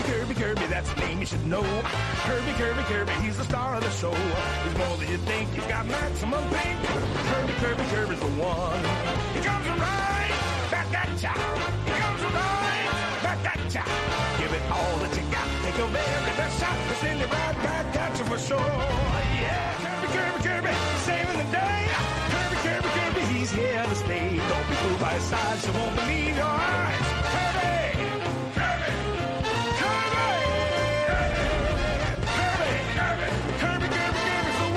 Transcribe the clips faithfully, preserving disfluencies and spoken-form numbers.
Kirby, Kirby, Kirby, that's the name you should know. Kirby, Kirby, Kirby, he's the star of the show. He's more than you think, he's got maximum pink. Kirby, Kirby, Kirby's the one. He comes around, back at ya. He comes around, back at ya. Give it all that you got, take your very best shot. To send it right back at you for sure. Yeah, Kirby, Kirby, Kirby, saving the day. Kirby, Kirby, Kirby, he's here to stay. Don't be fooled by his size, you won't believe your eyes. Kirby, Kirby, Kirby, Kirby, Kirby, Kirby, Kirby, Kirby's the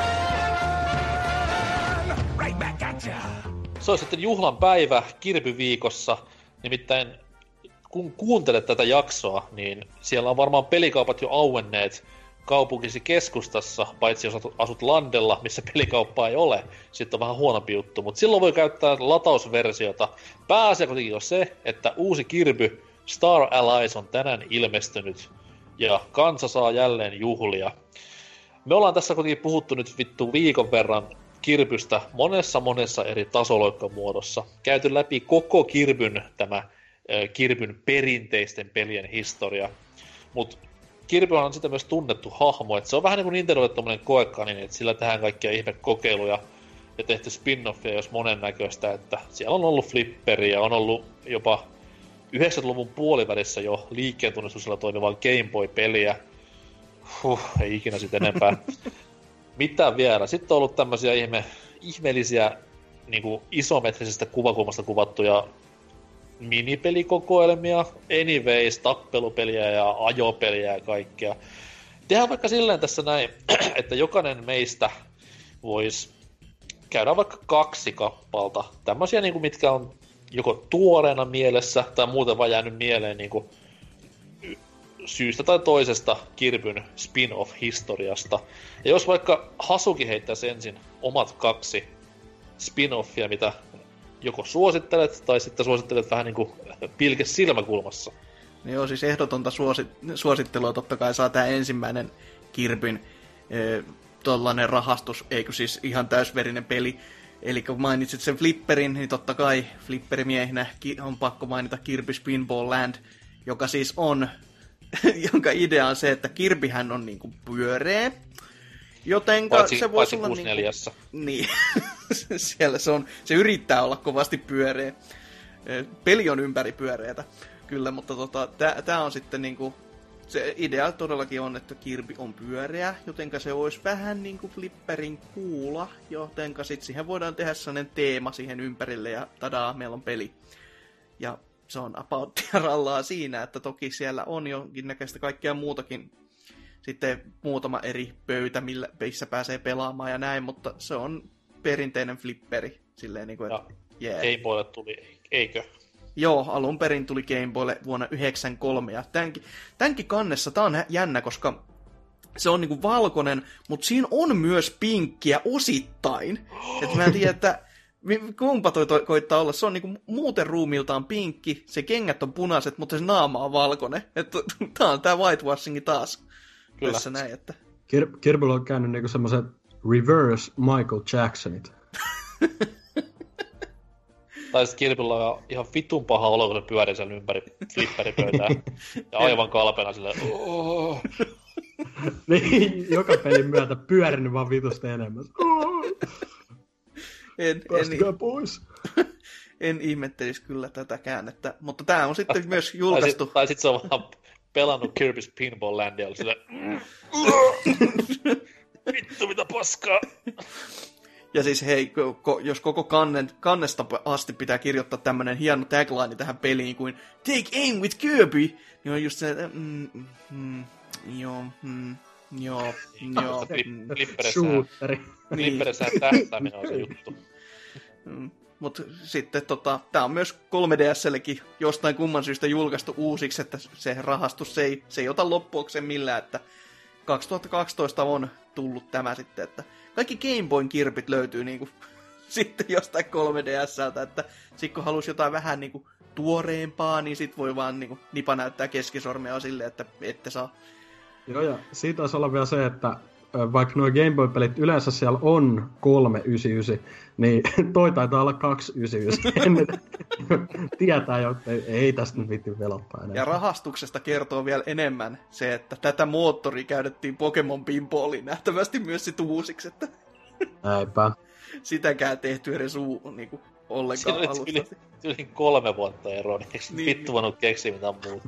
one. Right back at ya. Se on sitten juhlan päivä Kirby-viikossa. Nimittäin kun kuuntelet tätä jaksoa, niin siellä on varmaan pelikaupat jo auenneet kaupunkisi keskustassa, paitsi jos asut landella, missä pelikauppaa ei ole. Sitten on vähän huonompi juttu, mutta silloin voi käyttää latausversiota. Pääasia kuitenkin on se, että uusi Kirby Star Allies on tänään ilmestynyt ja kansa saa jälleen juhlia. Me ollaan tässä kuitenkin puhuttu nyt vittu viikon verran Kirbystä monessa monessa eri tasoloikkamuodossa. Käyty läpi koko Kirbyn tämä Kirbyn perinteisten pelien historia. Mut Kirby on sitä myös tunnettu hahmo, että se on vähän niin kuin Nintendolle tommonen koekani, että sillä tehdään kaikkia ihmekokeiluja ja tehty spin-offia jos monennäköistä, että siellä on ollut flipperiä, on ollut jopa yhdeksänkymmentäluvun puolivälissä jo liikkeen tunnistuksella toimivaa Game Boy-peliä. Huh, ei ikinä sit enempää. Mitä vielä? Sitten on ollut tämmösiä ihme, ihmeellisiä niinku isometrisestä kuvakulmasta kuvattuja minipelikokoelmia, anyways, tappelupeliä ja ajopeliä ja kaikkea. Tehdään vaikka silleen tässä näin, että jokainen meistä voisi käydä vaikka kaksi kappalta. Tämmöisiä, niin kuin, mitkä on joko tuoreena mielessä tai muuten vaan jäänyt mieleen niin kuin, syystä tai toisesta Kirbyn spin-off-historiasta. Ja jos vaikka Hasuki heittäisi ensin omat kaksi spin-offia, mitä joko suosittelet, tai sitten suosittelet vähän niinku pilke silmäkulmassa. No joo, siis ehdotonta suosi- suosittelua totta kai saa tää ensimmäinen Kirbyn e, tollanen rahastus, eikö siis ihan täysverinen peli. Eli kun mainitsit sen flipperin, niin totta kai flipperimiehinä on pakko mainita Kirby Spinball Land, joka siis on, jonka idea on se, että Kirbyhän on niinku pyöreä. Jotenka paitsi, se voisi olla niinku... Niin, siellä se on, se yrittää olla kovasti pyöreä. Peli on ympäri pyöreätä, kyllä, mutta tota, tää, tää on sitten niinku, se idea todellakin on, että Kirby on pyöreä, jotenka se olisi vähän niinku flipperin kuula, jotenka sit siihen voidaan tehdä sellainen teema siihen ympärille ja tadaa, meillä on peli. Ja se on about rallaa siinä, että toki siellä on jonkinnäköistä kaikkea muutakin. Sitten muutama eri pöytä, millä, missä pääsee pelaamaan ja näin, mutta se on perinteinen flipperi. Silleen niin kuin, että, yeah. Game Boylle tuli, eikö? Joo, alun perin tuli Game Boylle vuonna yhdeksänkymmentäkolme. Ja tämänkin, tämänkin kannessa tää on jännä, koska se on niinku valkoinen, mutta siinä on myös pinkkiä osittain. Että mä en tiedä, että kumpa toi, toi koittaa olla. Se on niinku muuten ruumiiltaan pinkki, se kengät on punaiset, mutta se naama on valkoinen. Että tää on tää whitewashingi taas. Kyllä. Tässä näin, että... Kir- Kirbyllä on käynyt niinku semmoiset reverse Michael Jacksonit. Tai sit Kirbyllä on ihan vitun paha olo, kun se pyörii sen ympäri flipperipöytää. Ja aivan kalpena silleen... Oh. Niin, joka pelin myötä pyörinyt vaan vitusta enemmän. En, Päästäkää en, pois. En ihmettelisi kyllä tätä käännettä, mutta tää on sitten myös julkaistu. Tai, sit, tai sit se on vaan pelannut Kirby's Pinball Landia, oli silleen... Vittu mitä paskaa! Ja siis hei, ko, jos koko kannen, kannesta asti pitää kirjoittaa tämmönen hieno tagline tähän peliin kuin Take aim with Kirby, niin on just se, että mm, mm, joo, mm, joo, joo. Flipperissähän tähtääminen on se juttu. Mm. Mutta sitten tota, tää on myös kolme D S:llekin jostain kumman syystä julkaistu uusiksi, että se rahastus se ei, se ei ota loppuakseen millään, että kaksituhattakaksitoista on tullut tämä sitten, että kaikki Game Boyn kirpit löytyy niinku sitten jostain kolme D S:ltä, että sit kun halusi jotain vähän niinku tuoreempaa, niin sit voi vaan niinku nipa näyttää keskisormea silleen, että ette saa. Joo, ja siitä taisi olla vielä se, että vaikka nuo Game Boy-pelit yleensä siellä on kolme yhdeksänkymmentäyhdeksän, niin toi taitaa olla kaksi yhdeksänkymmentäyhdeksän. Tietää jo, että ei, ei tästä nyt viitti velottaa enää. Ja rahastuksesta kertoo vielä enemmän se, että tätä moottoria käytettiin Pokemon Pinballiin nähtävästi myös sit uusiksi, että Näinpä. sitäkään tehty edes uu, niinku, ollenkaan Siinä alusta. oli yli kolme vuotta eroa, niin eikö Niin. vittu voinut keksiä mitään muuta?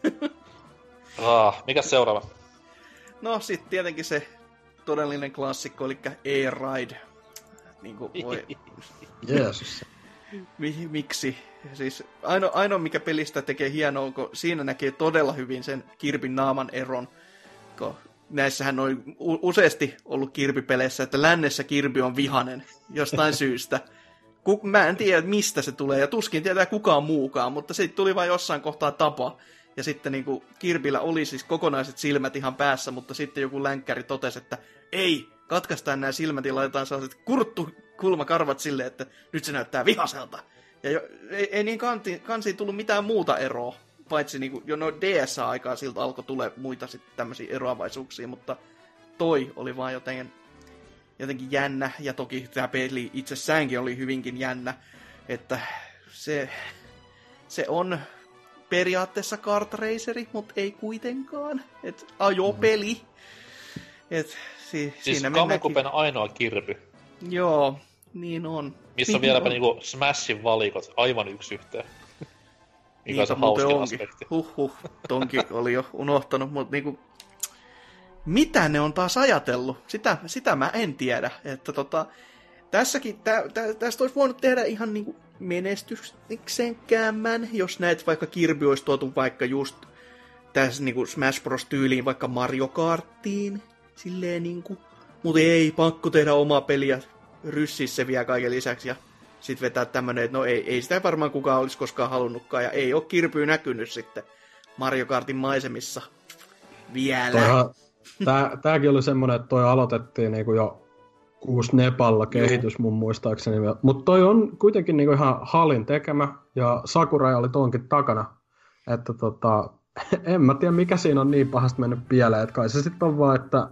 ah, mikäs seuraava? No sit tietenkin se todellinen klassikko, eli Air-Ride. Niinku voi... Jeesus. Mi- miksi? Siis ainoa, ainoa, mikä pelistä tekee hienoa, on, kun siinä näkee todella hyvin sen Kirbyn naaman eron. Kun näissähän on u- useasti ollut Kirby-peleissä, että lännessä Kirby on vihanen jostain syystä. Ku- mä en tiedä, mistä se tulee, ja tuskin tietää kukaan muukaan, mutta se tuli vain jossain kohtaa tapa. Ja sitten niin kuin Kirbyllä oli siis kokonaiset silmät ihan päässä, mutta sitten joku länkkäri totesi, että ei, katkaistaan nämä silmät ja laitetaan sellaiset kurttukulmakarvat silleen, että nyt se näyttää vihaselta. Ja jo, ei, ei niin kanti, kansiin tullut mitään muuta eroa, paitsi niin kuin, jo no D S-aikaa siltä alkoi tulee muita sitten tämmöisiä eroavaisuuksia, mutta toi oli vaan jotenkin, jotenkin jännä, ja toki tämä peli itsessäänkin oli hyvinkin jännä, että se, se on periaatteessa kart raceri, mutta ei kuitenkaan. Et ajopeli. Et si- Siis siinä Kamukupen ainoa Kirby, Joo, niin on. missä niin on vieläpä on. niinku Smashin valikot aivan yksi yhteen. Mikä on se Niinpä muuten hauskin onkin. aspekti. Huh huh, tonkin oli jo unohtanut, mutta niinku... Mitä ne on taas ajatellut? Sitä, sitä mä en tiedä. Että tota, tässäkin, tä, tä, tästä olisi voinut tehdä ihan niinku menestyksekkäämmän, jos näet vaikka Kirby olisi tuotu vaikka just tässä niinku Smash Bros. Tyyliin vaikka Mario Karttiin. Silleen niinku. Mutta ei, pakko tehdä omaa peliä, ryssiä se vielä kaiken lisäksi ja sit vetää tämmönen, että no ei, ei sitä varmaan kukaan olisi koskaan halunnutkaan ja ei ole Kirbyä näkynyt sitten Mario Kartin maisemissa vielä. Toihan, tää, tääkin oli semmonen, että toi aloitettiin niinku jo kuusi Nepalla kehitys mun muistaakseni. Mutta toi on kuitenkin niinku ihan halin tekemä ja Sakurai oli tonkin takana. Että tota, en mä tiedä mikä siinä on niin pahasti mennyt pieleen, että kai se sitten on vaan, että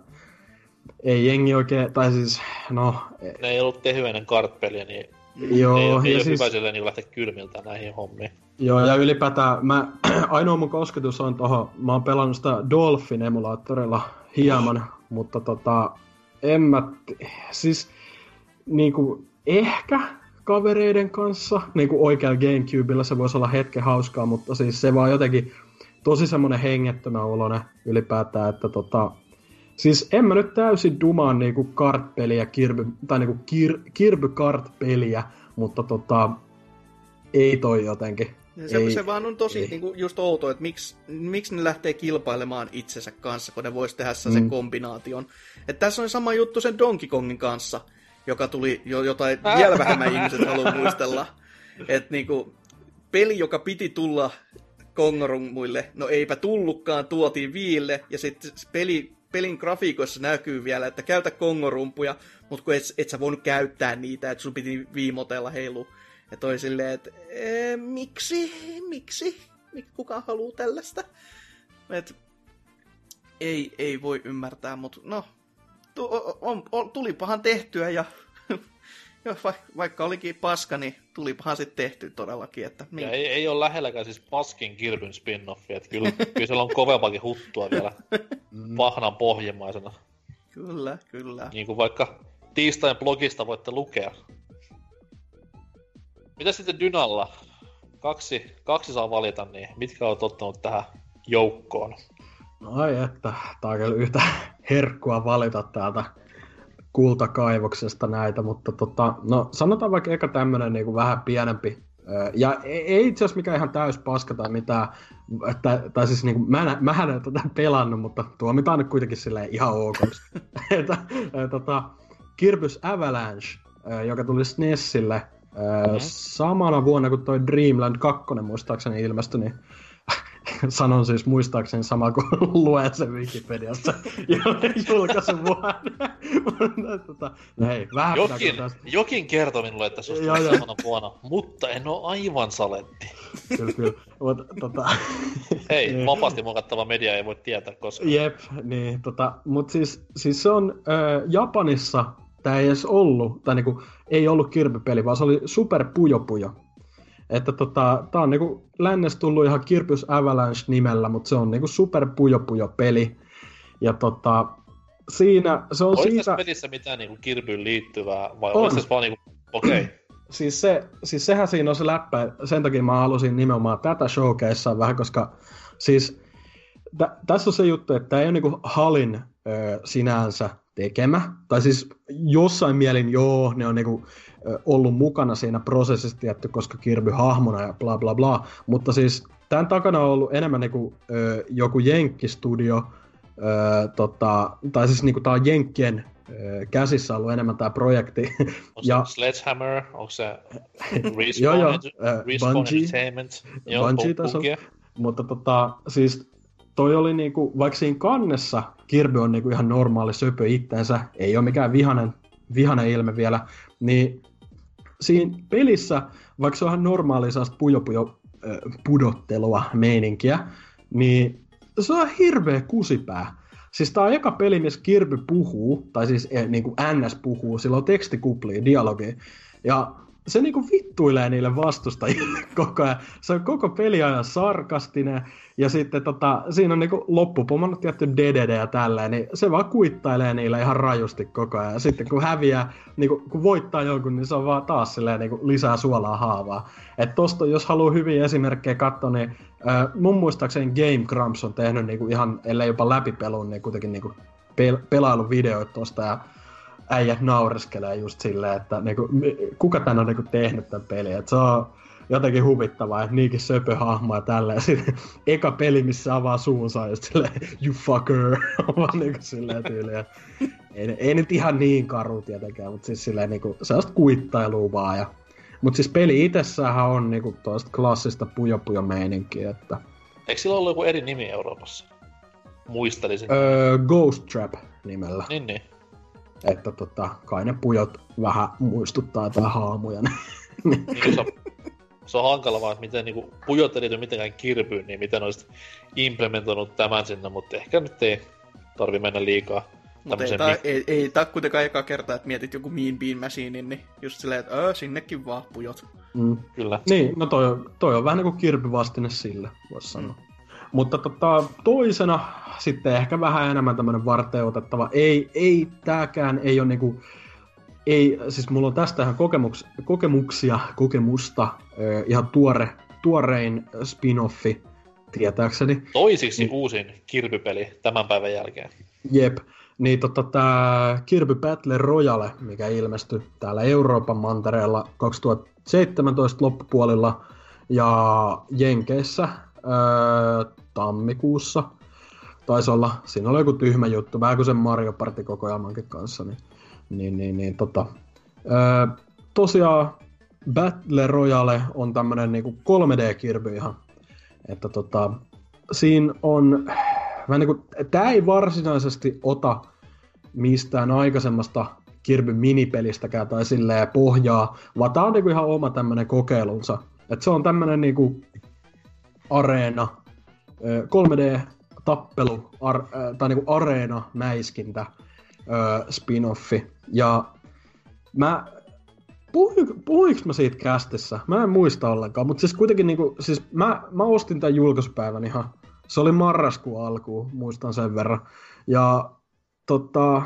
ei jengi oikein, tai siis, no... Ne ei ollut tehty ennen kart-peliä, niin Joo, ei, ei ja ole siis, hyvä silleen niin lähteä kylmiltään näihin hommiin. Joo, ja ylipäätään mä, ainoa mun kosketus on tohon, mä oon pelannut sitä Dolphin-emulaattorilla hieman, oh. mutta tota, en mä, t- siis niinku ehkä kavereiden kanssa, niinku oikealla Gamecubella se voisi olla hetken hauskaa, mutta siis se vaan jotenkin tosi semmonen hengettömän oloinen ylipäätään, että tota, siis en mä nyt täysin dumaan niinku kart-peliä, Kirby, tai niinku kir, Kirby kart-peliä, mutta tota, ei toi jotenkin. Se, ei, se vaan on tosi ei. niinku, just outoa, että miksi, miksi ne lähtee kilpailemaan itsensä kanssa, kun ne vois tehdä sen mm. kombinaation. Että tässä on sama juttu sen Donkey Kongin kanssa, joka tuli, jo, jotain vielä vähemmän ihmiset haluaa muistella. Että niinku, peli, joka piti tulla Kongorumuille, no eipä tullutkaan, tuotiin Viille, ja sitten peli, pelin grafiikoissa näkyy vielä, että käytä Kongorumpuja, mutta kun et, et sä voinut käyttää niitä, että sun piti viimotella heilu. Ja toi silleen, että ee, miksi, miksi, Mik, kuka haluaa tällaista? Et, ei, ei voi ymmärtää, mutta no, tu, on, on, tulipahan tehtyä ja jo, vaikka olikin paska, niin tulipahan sitten tehty todellakin. Että, ja ei, ei ole lähelläkään siis paskin Kirbyn spin-offi, että kyllä, kyllä siellä on kovempakin huttua vielä pahnan pohjimmaisena. Kyllä, kyllä. Niin kuin vaikka tiistain blogista voitte lukea. Mitä sitten Dynalla? Kaksi, kaksi saa valita, niin mitkä olet ottanut tähän joukkoon? Ai että, tää on kyllä yhtä herkkua valita täältä kultakaivoksesta näitä, mutta tota, no sanotaan vaikka eka tämmönen niinku vähän pienempi. Ja ei itse asiassa mikään ihan täys paska tai mitään, että, tai siis niinku, mä, mähän en tätä pelannut, mutta tuomitaan nyt kuitenkin silleen ihan ok. tota, Kirby's Avalanche, joka tuli S N E Sille mm-hmm. samana vuonna kuin toi Dreamland kaksi muistaakseni ilmestyi, niin sanon siis muistaakseni sama kuin luen sen Wikipediassa julkaisun vuonna. tota, no hei, vähän jokin, jokin kertoi minulle, että susta on samana vuonna, mutta en oo aivan saletti. Kyllä, kyllä. Mut, tota, hei, niin. vapaasti muokattava media ei voi tietää koskaan. Jep, niin, tota, mut siis, siis se on äh, Japanissa, tää ei edes ollut, tai niinku, ei ollut Kirby-peli, vaan se oli Super Puyo Puyo. Että tota, tää on niinku lännestä tullut ihan Kirby's Avalanche nimellä, mutta se on niinku Super Puyo Puyo peli. Ja tota, siinä, se on oliko siitä... tässä pelissä mitään niinku Kirbyyn liittyvää, vai on. Oliko tässä vaan niinku, okei. Okay. Siis, se, siis sehän siinä on se läppä, sen takia mä halusin nimenomaan tätä showcasea vähän, koska siis tä, tässä on se juttu, että tää ei ole niinku Halin ö, sinänsä tekemä, tai siis jossain mielin joo, ne on niinku ö, ollut mukana siinä prosessissa tietty, koska Kirby hahmona ja bla bla bla, mutta siis tämän takana on ollut enemmän niinku ö, joku jenkkistudio, ö, tota, tai siis niinku tää on jenkkien ö, käsissä ollut enemmän tää projekti. Onko ja... se Sledgehammer, onko se Respawn, joo, joo, Respawn Bungie, Entertainment, joo, Bungie taso, mutta tota, siis toi oli niinku, vaikka siinä kannessa Kirby on niinku ihan normaali söpö itteensä, ei ole mikään vihanen, vihanen ilme vielä, niin siinä pelissä, vaikka se on ihan normaalia sellaista pujo-pujo äh, pudottelua meininkiä, niin se on hirveä kusipää. Siis tää on eka peli, missä Kirby puhuu, tai siis eh, niinku N S puhuu, sillä on tekstikuplia, dialogia, ja se niinku vittuilee niille vastustajille koko ajan. Se on koko peliajan sarkastinen, ja sitten tota, siinä on niinku loppupomannut tietty D D D ja tälleen, niin se vaan kuittailee niille ihan rajusti koko ajan. Ja sitten kun häviää, niinku, kun voittaa jonkun, niin se on vaan taas silleen niinku lisää suolaa haavaa. Et tosta, jos haluaa hyviä esimerkkejä katsoa, niin äh, mun muistaakseni Game Grumps on tehnyt niinku ihan, ellei jopa läpipelun, niin kuitenkin niinku pel- pelailuvideoita tosta, ja äijät naureskelee just silleen, että niinku, kuka tän on niinku tehnyt tän pelin. Et se on jotenkin huvittavaa, että niinkin söpö hahmo ja tälleen. Sitten eka peli, missä avaa suunsa just silleen, you fucker, vaan niinku silleen tyyliä. Ei, ei nyt ihan niin karu tietenkään, mutta siis silleen niinku sellaista kuittailua vaan. Ja... Mut siis peli itsessäänhän on niinku toista klassista pujo-pujo-meininkiä, että... Eikö sillä ollut joku eri nimi Euroopassa? Muistelisin. Öö, Ghost Trap nimellä. Niin, niin. Että tota, kai ne pujot vähän muistuttaa jotain haamuja. Niin, se, on, se on hankala vaan, että miten niinku, pujot ei liity mitenkään Kirbyyn, niin miten olisit implementoinut tämän sinne, mutta ehkä nyt ei tarvi mennä liikaa. Mutta ei, ta- ei, ei tää kuitenkaan eka kertaa, että mietit joku Mean Bean Machinein, niin just silleen, että öö, sinnekin vaan pujot. Mm. Kyllä. Niin, no toi, toi on vähän niin kuin Kirby-vastine sille, vois sanoa. Mm. Mutta tota, toisena sitten ehkä vähän enemmän tämmönen varteenotettava. Ei, ei tääkään ei ole niinku... Ei, siis mulla on tästä ihan kokemuks, kokemuksia, kokemusta, äh, ihan tuore, tuorein spin-offi, tietääkseni. Toisiksi niin, uusin Kirby-peli tämän päivän jälkeen. Jep. Niin tota tää Kirby Battle Royale, mikä ilmestyi täällä Euroopan mantereella kaksituhattaseitsemäntoista loppupuolilla ja Jenkeissä öö, tammikuussa. Taisi olla, siinä oli joku tyhmä juttu, vähän kuin sen Mario Party-kokoelmankin kanssa. Niin, niin, niin, niin tota. Öö, tosiaan Battle Royale on tämmönen niinku kolme D-Kirby ihan. Että tota, siinä on... Vähän niin kuin, tää ei varsinaisesti ota mistään aikaisemmasta Kirbyn minipelistäkään tai silleen pohjaa, vaan tää on niinku ihan oma tämmönen kokeilunsa. Et se on tämmönen niinku areena, kolme D-tappelu, ar, tai niinku areena-mäiskintä spin-offi. Ja mä, puhuinko, puhuinko mä siitä kästissä? Mä en muista ollenkaan, mutta siis kuitenkin niinku, siis mä, mä ostin tän julkaisupäivän ihan. Se oli marraskuun alkuun, muistan sen verran. Ja tota,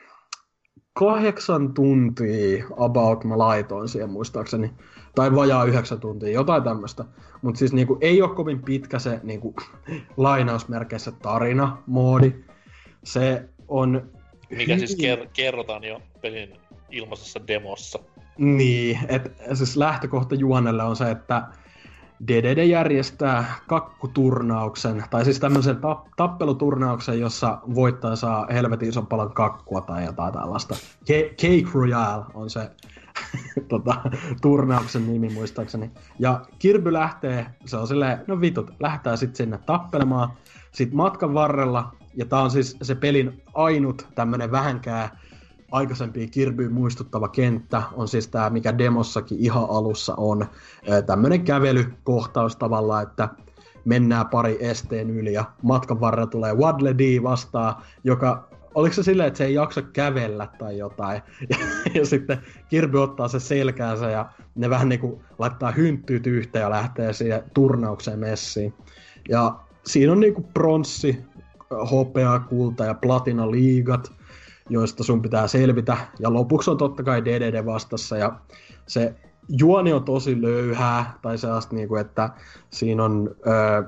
kahdeksan tuntia about mä laitoin siihen muistaakseni. Tai vajaa yhdeksän tuntia, jotain tämmöstä. Mut siis niinku ei oo kovin pitkä se niinku lainausmerkeissä tarina-moodi. Se on... Mikä siis ker- kerrotaan jo pelin ilmaisessa demossa. Niin, et siis lähtökohta juonelle on se, että D D D järjestää kakkuturnauksen, tai siis tämmöisen tap- tappeluturnauksen, jossa voittaja saa helvetin ison palan kakkua tai jotain tällaista. Cake Royale on se tota, turnauksen nimi muistaakseni. Ja Kirby lähtee, se on silleen, no vitut, lähtee sitten sinne tappelemaan. Sitten matkan varrella, ja tää on siis se pelin ainut tämmönen vähänkään aikaisempia Kirbyyn muistuttava kenttä, on siis tää, mikä demossakin ihan alussa on. Tämmönen kävelykohtaus tavallaan, että mennään pari esteen yli ja matkan varrella tulee Waddle Dee vastaan, joka, oliko se silleen, että se ei jaksa kävellä tai jotain, ja, ja sitten Kirby ottaa se selkäänsä ja ne vähän niinku laittaa hynttyyt yhteen ja lähtee siihen turnaukseen messiin. Ja siinä on niinku pronssi, hopea, kulta ja platina liigat, joista sun pitää selvitä, ja lopuksi on totta kai D D D vastassa, ja se juoni on tosi löyhää, tai sellaista niinku, että siinä on, öö,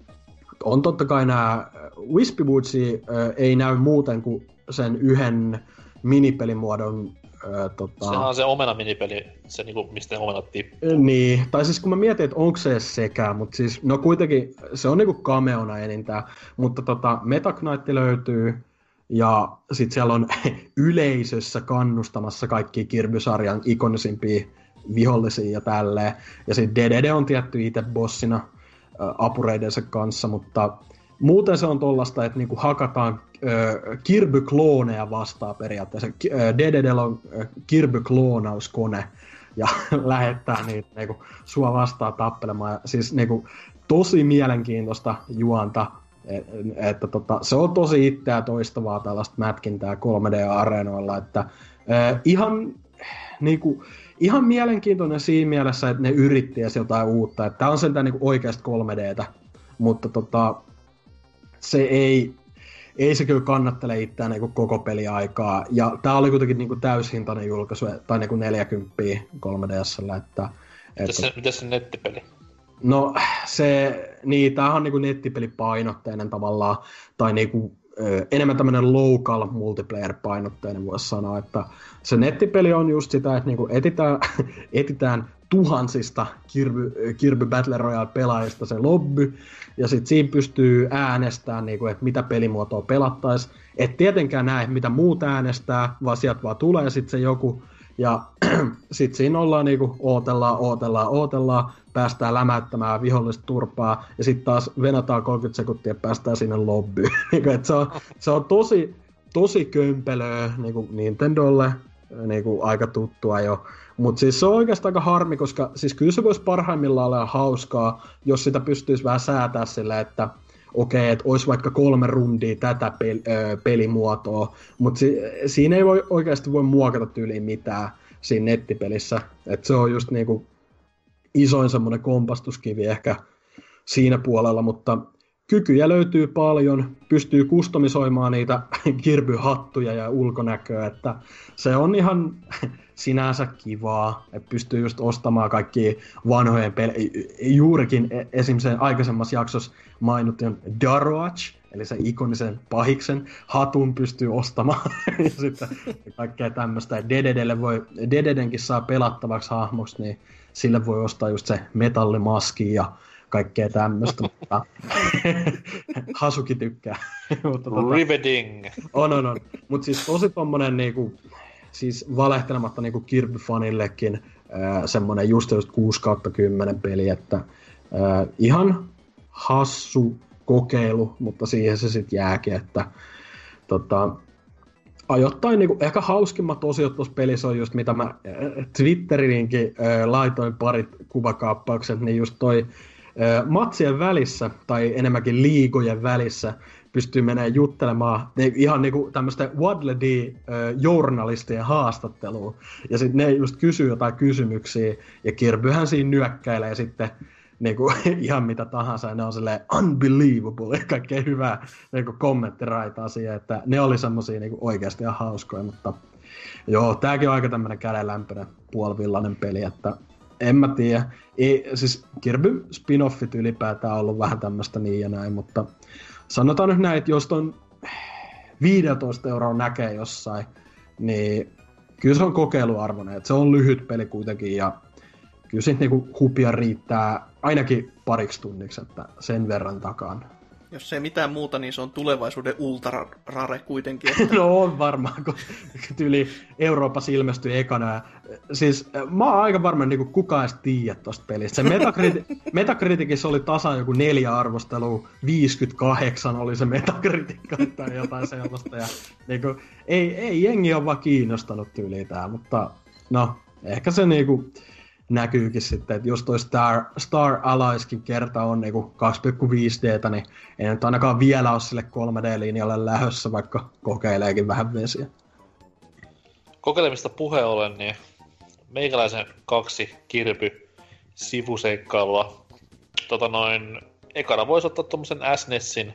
on totta kai nämä Wispy Woodsi öö, ei näy muuten kuin sen yhden minipelimuodon. Öö, tota... Sehän on se omena-minipeli, se niinku, mistä ne omenat tippuu. Niin, tai siis kun mä mietin, että onko se sekä, mutta siis no kuitenkin se on niinku cameona enintään, mutta tota, Meta Knight löytyy, ja sit siellä on yleisössä kannustamassa kaikkia Kirby-sarjan ikonisimpia vihollisia ja tälleen. Ja sit D D D on tietty itse bossina ä, apureidensa kanssa, mutta muuten se on tollasta, että niinku hakataan ä, Kirby-klooneja vastaan periaatteessa. Ä, D D D on ä, Kirby-kloonauskone ja lähettää niitä niinku sua vastaan tappelemaan. Ja siis niinku tosi mielenkiintoista juonta. Että tota, se on tosi itseä toistavaa tällaista mätkintää kolme D-areenoilla, että äh, ihan, niinku, ihan mielenkiintoinen siinä mielessä, että ne yritti edes jotain uutta, että tää on sentään niinku oikeasta kolme D:tä, mutta tota, se ei, ei se kyllä kannattele itseään niinku koko peliaikaa, ja tää oli kuitenkin niinku täyshintainen julkaisu, tai niinku neljäkymmentä kolme Ds:llä, että... Mitäs se, mitäs se nettipeli? No se, niin tämähän on niinku nettipelipainotteinen tavallaan, tai niinku, ö, enemmän tämmönen local multiplayer-painotteinen voisi sanoa, että se nettipeli on just sitä, että niinku etitään, etitään tuhansista Kirby, Kirby Battle Royale-pelaajista se lobby, ja sit siinä pystyy äänestämään, niinku, että mitä pelimuotoa pelattais. Et tietenkään näe, mitä muut äänestää, vaan sieltä vaan tulee sit se joku, ja sit siinä ollaan niinku, ootellaan, ootellaan, ootellaan, päästään lämäyttämään vihollista turpaa, ja sitten taas venataan kolmekymmentä sekuntia ja päästään sinne lobbyyn. se, on, se on tosi, tosi kömpelöä niinku Nintendolle, niinku aika tuttua jo. Mutta siis se on oikeastaan aika harmi, koska siis kyllä se voisi parhaimmillaan olla hauskaa, jos sitä pystyisi vähän säätää sillä, että okei, okay, että olisi vaikka kolme rundia tätä pel- ö, pelimuotoa, mutta si- siinä ei voi, oikeasti voi muokata tyyliin mitään siinä nettipelissä. Että se on just niinku isoin semmoinen kompastuskivi ehkä siinä puolella, mutta kykyjä löytyy paljon, pystyy kustomisoimaan niitä Kirby-hattuja ja ulkonäköä, että se on ihan sinänsä kivaa, että pystyy just ostamaan kaikkia vanhojen pelejä. Juurikin esim. Sen aikaisemmassa jaksossa mainittiin Daroach, eli se ikonisen pahiksen hatun pystyy ostamaan ja sitten kaikkea tämmöistä. D D D:lle voi, D D D:nkin saa pelattavaksi hahmoksi, niin sille voi ostaa just se metallimaski ja kaikkea tämmöistä, mutta Hasuki tykkää. mutta tota, Riveting! On, on, on. Mutta siis tosi tommonen niinku, siis valehtelematta niinku Kirby-fanillekin äh, semmonen just just kuusi kautta kymmenen peli, että äh, ihan hassu kokeilu, mutta siihen se sit jääkin, että tota, ajoittain niinku, ehkä hauskimmat osiot tuossa pelissä on just mitä mä äh, Twitteriinkin äh, laitoin parit kuvakaappaukset, niin just toi äh, matsien välissä, tai enemmänkin liigojen välissä, pystyy menemään juttelemaan ne, ihan niinku tämmöistä Waddle Dee-journalistien haastatteluun. Ja sitten ne just kysyy jotain kysymyksiä, ja Kirbyhän siinä nyökkäilee sitten niinku, ihan mitä tahansa, ja ne on silleen unbelievable, ja kaikkea hyvää niinku, kommenttiraitaa siihen, että ne oli semmosia niinku, oikeasti ihan hauskoja, mutta joo, tääkin on aika tämmönen kädenlämpöinen puolivillainen peli, että en mä tiedä. Ei, siis Kirby spin-offit ylipäätään on ollut vähän tämmöistä niin ja näin, mutta sanotaan nyt näin, että jos ton viisitoista euroa näkee jossain, niin kyllä se on kokeiluarvoinen. Että se on lyhyt peli kuitenkin ja kyllä siitä niinku hupia riittää ainakin pariksi tunniksi, että sen verran takaan. Jos ei mitään muuta, niin se on tulevaisuuden ultra-rare kuitenkin. Että... no on varmaan, kun tyyli Euroopassa ilmestyi ekana. Siis mä oon aika varma, niin kukaan edes tiedä tosta pelistä. Se Metacritic, Metacriticissa oli tasan joku neljä arvostelua, viisikymmentäkahdeksan oli se Metacritic tai jotain sellaista. Ja, niin kuin, ei, ei jengi ole vaan kiinnostanut tyyliin tää, mutta no, ehkä se niinku... näkyykin sitten, että jos toi Star, Star Allieskin kerta on niinku kaksi pilkku viisi D, niin ei nyt ainakaan vielä ole sille kolme D-linjalle lähössä, vaikka kokeileekin vähän vesiä. Kokeilemista puheen ollen, niin meikäläisen kaksi kirpy sivuseikkailua. Tota noin, ekana voisi ottaa tommosen S N E Sin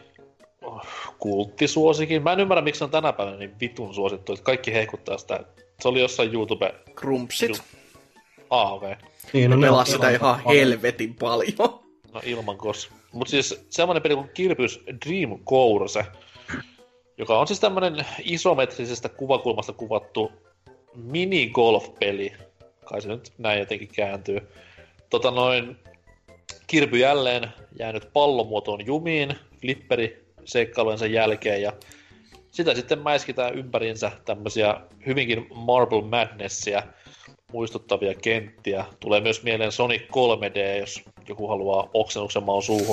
oh, kulttisuosikin. Mä en ymmärrä, miksi se on tänä päivänä niin vitun suosittu, että kaikki heikuttaa sitä. Se oli jossain YouTube... Krumpsit. Ah, okei. Okay. Niin, no ne pelasi sitä ihan paljon. Helvetin paljon. No ilman kos. Mut siis semmonen peli kuin Kirby's Dream Course, joka on siis tämmönen isometrisestä kuvakulmasta kuvattu minigolf-peli. Kai se nyt näin jotenkin kääntyy. Tota noin, Kirby jälleen jäänyt pallomuotoon jumiin flipperi seikkailujensa jälkeen ja sitä sitten mäiskitään ympäriinsä tämmösiä hyvinkin Marble Madnessia muistuttavia kenttiä. Tulee myös mieleen Sonic kolme D, jos joku haluaa oksennuksen maun suuhun.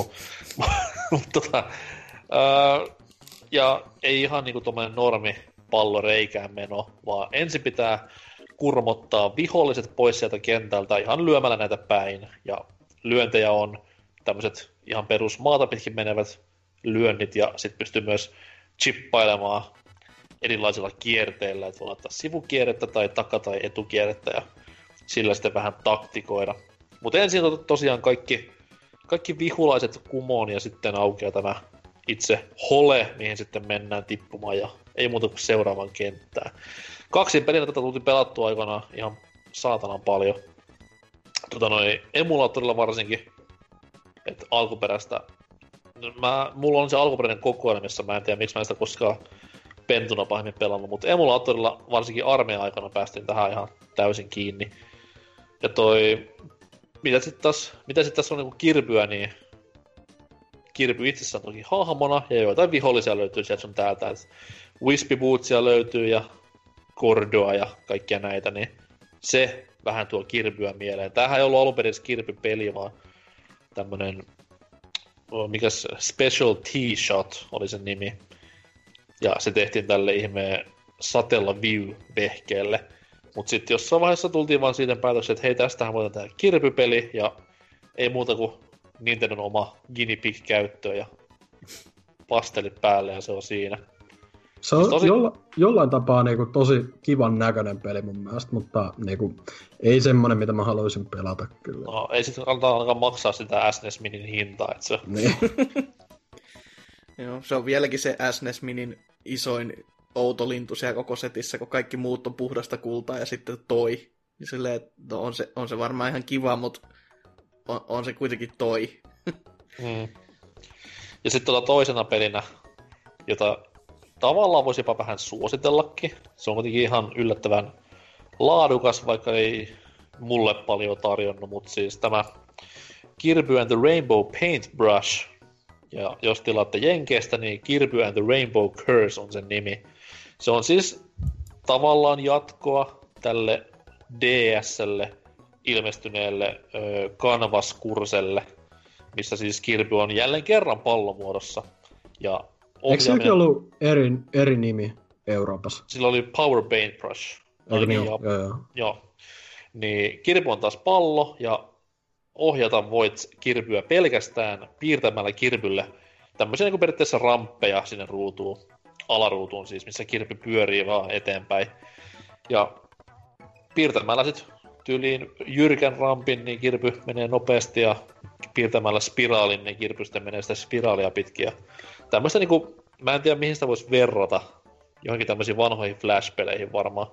tota, ää, ja ei ihan niinku tommonen normi palloreikään meno, vaan ensin pitää kurmottaa viholliset pois sieltä kentältä ihan lyömällä näitä päin. Ja lyöntejä on tämmöiset ihan perus maata pitkin menevät lyönnit, ja sit pystyy myös chippailemaan erilaisilla kierteillä, että voi laittaa sivukierrettä tai taka- tai etukierrettä ja sillä sitten vähän taktikoida. Mutta ensin to- tosiaan kaikki, kaikki vihulaiset kumoon ja sitten aukeaa tämä itse hole, mihin sitten mennään tippumaan ja ei muuta kuin seuraavan kenttään. Kaksin pelinä tätä tultiin pelattua aikanaan ihan saatanan paljon. Tota noin emulaattorilla varsinkin, että alkuperäistä... Mä, mulla on se alkuperäinen kokoelma, missä mä en tiedä miksi mä en sitä koskaan pentuna pahemmin pelannut, mutta emulaattorilla varsinkin armeijan aikana päästiin tähän ihan täysin kiinni. Ja toi, mitä sitten taas, mitä sit tässä on niinku Kirbyä, niin Kirby itsessään toki hahmona, ja joitain vihollisia löytyy sieltä sun täältä, että Wispy Bootsia löytyy, ja Gordoa ja kaikkia näitä, niin se vähän tuo Kirbyä mieleen. Tämähän ei ollut alun perin Kirby-peli, vaan tämmönen, mikäs Special T-Shot oli sen nimi. Ja se tehtiin tälle ihmeen Satellaview-vehkeelle. Mut sitten jossain vaiheessa tultiin vaan siitä päätöksen, että hei, tästähän voidaan tehdä Kirby-peli, ja ei muuta kuin Nintendon oma guinea pig käyttöön, ja pastelit päälle, ja se on siinä. Se on tosi... jolla, jollain tapaa niinku tosi kivan näköinen peli mun mielestä, mutta niinku, ei semmonen, mitä mä haluaisin pelata kyllä. No, ei sitten kannata ainakaan maksaa sitä S N E S Minin hintaa, et se... Niin. Joo, se on vieläkin se S N E S Minin isoin outo lintu siellä koko setissä, kun kaikki muut on puhdasta kultaa ja sitten toi. Ja silleen, no on se, on se varmaan ihan kiva, mutta on, on se kuitenkin toi. mm. Ja sitten tuota toisena pelinä, jota tavallaan voisi jopa vähän suositellakin. Se on kuitenkin ihan yllättävän laadukas, vaikka ei mulle paljon tarjonnut, mutta siis tämä Kirby and the Rainbow Paintbrush. Ja jos tilaatte Jenkeistä, niin Kirby and the Rainbow Curse on sen nimi. Se on siis tavallaan jatkoa tälle D S:lle ilmestyneelle ö, Canvas-kurselle, missä siis Kirby on jälleen kerran pallomuodossa. Ja eikö sekin ollut eri, eri nimi Euroopassa? Sillä oli Power Paintbrush. Eikö niin? Joo, joo, joo. joo. Niin Kirby on taas pallo, ja ohjata voit Kirbyä pelkästään piirtämällä Kirbylle tämmöisiä niin kuin periaatteessa ramppeja sinne ruutuun, alaruutuun siis, missä Kirby pyörii vaan eteenpäin. Ja piirtämällä sitten tyyliin jyrkän rampin, niin Kirby menee nopeasti, ja piirtämällä spiraalin, niin Kirby sitten menee sitä spiraalia pitkin. Ja tämmöistä niinku, mä en tiedä mihin sitä voisi verrata, johonkin tämmöisiin vanhoihin Flash-peleihin varmaan.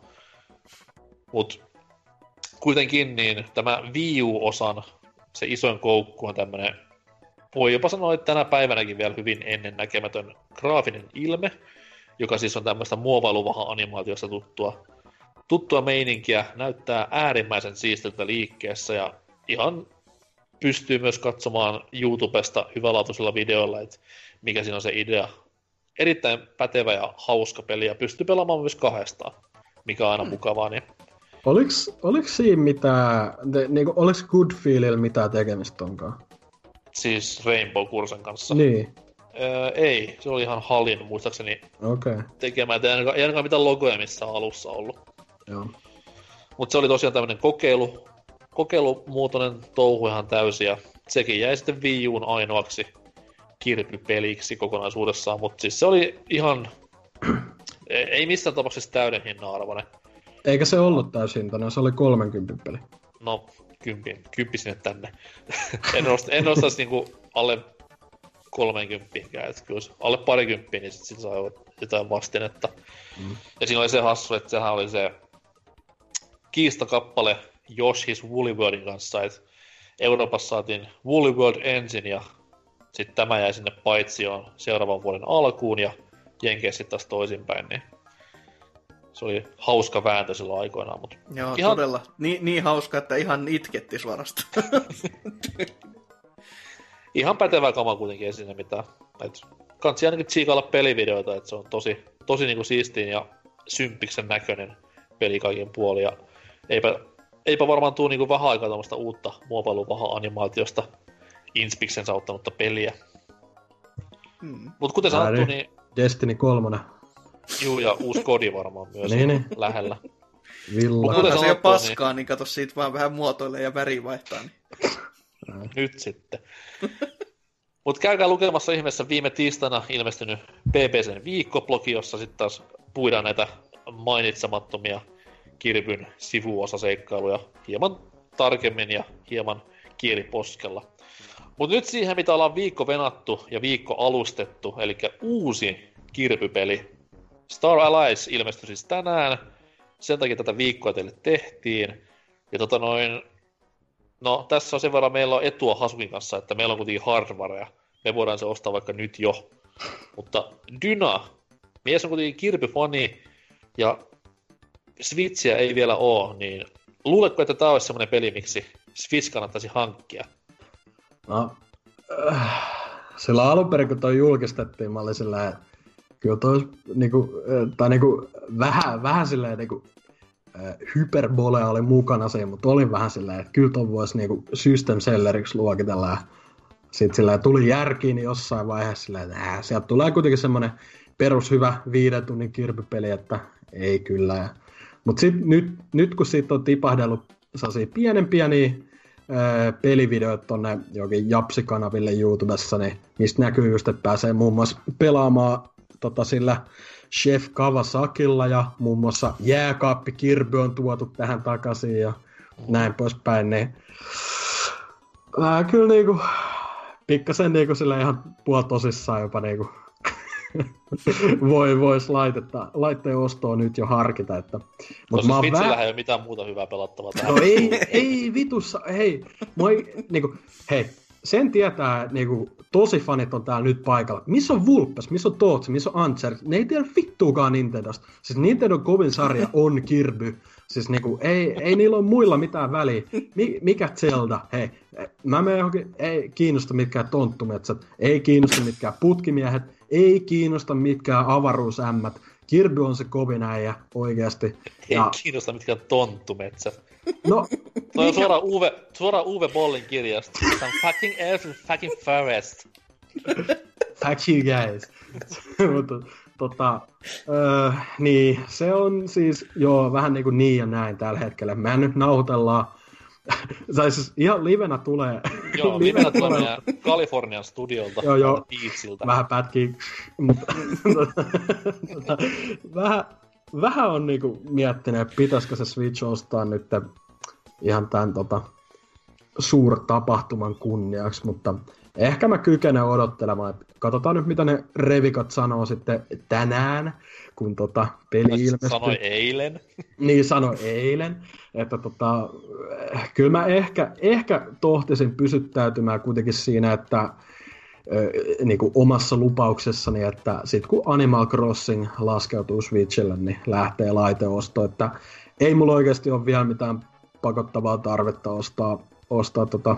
Mut kuitenkin niin tämä Wii U-osan se isoin koukku on tämmönen, voi jopa sanoa, että tänä päivänäkin vielä hyvin ennennäkemätön graafinen ilme, joka siis on tämmöistä muovailuvahan animaatiosta tuttua, tuttua meininkiä, näyttää äärimmäisen siistiltä liikkeessä ja ihan pystyy myös katsomaan YouTubesta hyvälaatuisilla videoilla, että mikä siinä on se idea. Erittäin pätevä ja hauska peli ja pystyy pelaamaan myös kahdestaan, mikä on aina mukavaa. Niin... Oliks, oliks siinä mitään, te, niinku, oliks Goodfeelillä mitään tekemistä onkaan? Siis Rainbow Kursen kanssa? Niin. Öö, ei, se oli ihan Halin muistaakseni okay. tekemään, ei ainakaan, ei ainakaan mitään logoja missään alussa ollut. Joo. Mutta se oli tosiaan tämmönen kokeilu, kokeilumuotoinen touhu ihan täysin, ja sekin jäi sitten Wii U:n ainoaksi kirpypeliksi kokonaisuudessaan, mutta siis se oli ihan, ei missään tapauksessa täyden hinnan arvoinen. Eikä se ollut täysintainen, se oli kolmenkympin peli. No, kymppi, kymppi sinne tänne. en, osta, en ostaisi niinku alle kolmenkymppiäkään, että kyllä alle parikymppiä, niin sit, sit saa jotain vastinetta. Mm. Ja siinä oli se hassu, että sehän oli se kiistakappale Yoshi's Woolly Worldin kanssa, että Euroopassa saatiin Woolly World ensin, ja sitten tämä jäi sinne paitsioon seuraavan vuoden alkuun, ja Jenkeissä sitten taas toisinpäin, niin se oli hauska vääntö silloin aikoinaan, mutta... Joo, ihan... todella. Ni, niin hauska, että ihan itketti suorastaan. Ihan pätevää kamaa kuitenkin ei siinä mitään. Et kansi ainakin tsiikailla pelivideoita, että se on tosi, tosi niinku siistiin ja symppiksen näköinen peli kaikin puolin. Ja eipä, eipä varmaan tuu niinku vähän aikaa tämmöistä uutta muovailuvaha-animaatiosta Inspiksen sauttanutta peliä. Hmm. Mut kuten sanottu, niin... Destiny kolme. Juu, ja uusi kodi varmaan myös niin, niin. lähellä. Villa. Kuten se ei ole paskaa, niin... niin kato siitä vaan vähän muotoilee ja väri vaihtaa. Niin... Nyt sitten. Mut käykää lukemassa ihmeessä viime tiistaina ilmestynyt B B C:n viikkoblogi, jossa sitten taas puidaan näitä mainitsemattomia Kirpyn sivuosaseikkailuja hieman tarkemmin ja hieman kieliposkella. Mut nyt siihen, mitä ollaan viikko venattu ja viikko alustettu, eli uusi Kirpy-peli. Star Allies ilmestyi siis tänään. Sen takia tätä viikkoa teille tehtiin. Ja tota noin... No, tässä on sen verran, meillä on etua Hasukin kanssa, että meillä on kuitenkin hardwarea. Me voidaan se ostaa vaikka nyt jo. Mutta Dyna, mies on kuitenkin Kirby-fani, ja Switchiä ei vielä oo, niin luuletko, että tää olisi semmonen peli, miksi Switch kannattaisi hankkia? No, äh, sillä alun perin, kun toi julkistettiin, mä olin silleen, että kyllä toi niinku, tai niinku, vähän, vähän silleen niinku, hyperbolea oli mukana siinä, mutta olin vähän silleen, että kyllä ton voisi niinku system selleriksi luokitella. Ja sit silleen tuli järkiin niin jossain vaiheessa silleen, että äh, sieltä tulee kuitenkin semmonen perushyvä viiden tunnin kirpypeli, että ei kyllä. Ja, mut sit nyt, nyt kun siitä on tipahdellut sellaisia pienempiä niin, ää, pelivideoita tonne jokin Japsi-kanaville YouTubessa, niin mistä näkyy just, että pääsee muun muassa pelaamaan tota sillä Chef Kawasakilla ja muun muassa jääkaappi Kirby on tuotu tähän takaisin ja näin poispäin, niin ää, kyllä niinku pikkasen niinku sillä ihan puoltosissaan jopa niinku voi vois laitetta, laitteen ostoa nyt jo harkita, että mut koska Switchillähän vä... ei ole mitään muuta hyvää pelattavaa tähän. No ei, ei vitussa, hei, moi, niinku, hei, sen tietää, että niinku, tosi fanit on täällä nyt paikalla. Missä on Vulpes, missä on Tootsi, missä on Antser? Ne ei tiedä vittuukaan Nintendosta. Siis Nintendon kovin sarja on Kirby. Siis niinku, ei, ei niillä ole muilla mitään väliä. Mi- mikä Zelda? Hei, mä menen johonkin, ei kiinnosta mitkään tonttumetsät, ei kiinnosta mitkään putkimiehet, ei kiinnosta mitkään avaruusämmät. Kirby on se kovin äijä, oikeasti. Ei ja... kiinnosta mitkään tonttumetsät. No, toi on suoraan Uwe, suoraan Uwe Bollin kirjasta. Some fucking elf in fucking forest. Fuck you guys. Mutta tota, öö, niin, se on siis jo vähän niinku niin ja näin tällä hetkellä. Mä nyt nauhoitellaan. Tai siis ihan livenä tulee. Joo, livenä tulee meidän Kalifornian studiolta. Joo, joo. Beachiltä. Vähän pätkii. vähän, vähän on niinku miettinyt, että pitäisikö se Switch ostaa nyt ihan tämän tota, suurtapahtuman kunniaksi, mutta ehkä mä kykenen odottelemaan. Katsotaan nyt, mitä ne revikat sanoo sitten tänään, kun tota peli ilmestyy. Sanoi eilen. Niin, sanoi eilen. Että tota, kyllä mä ehkä, ehkä tohtisin pysyttäytymään kuitenkin siinä, että niin kuin omassa lupauksessani, että sit kun Animal Crossing laskeutuu Switchille, niin lähtee laiteosto, että ei mulla oikeasti ole vielä mitään pakottavaa tarvetta ostaa, ostaa tota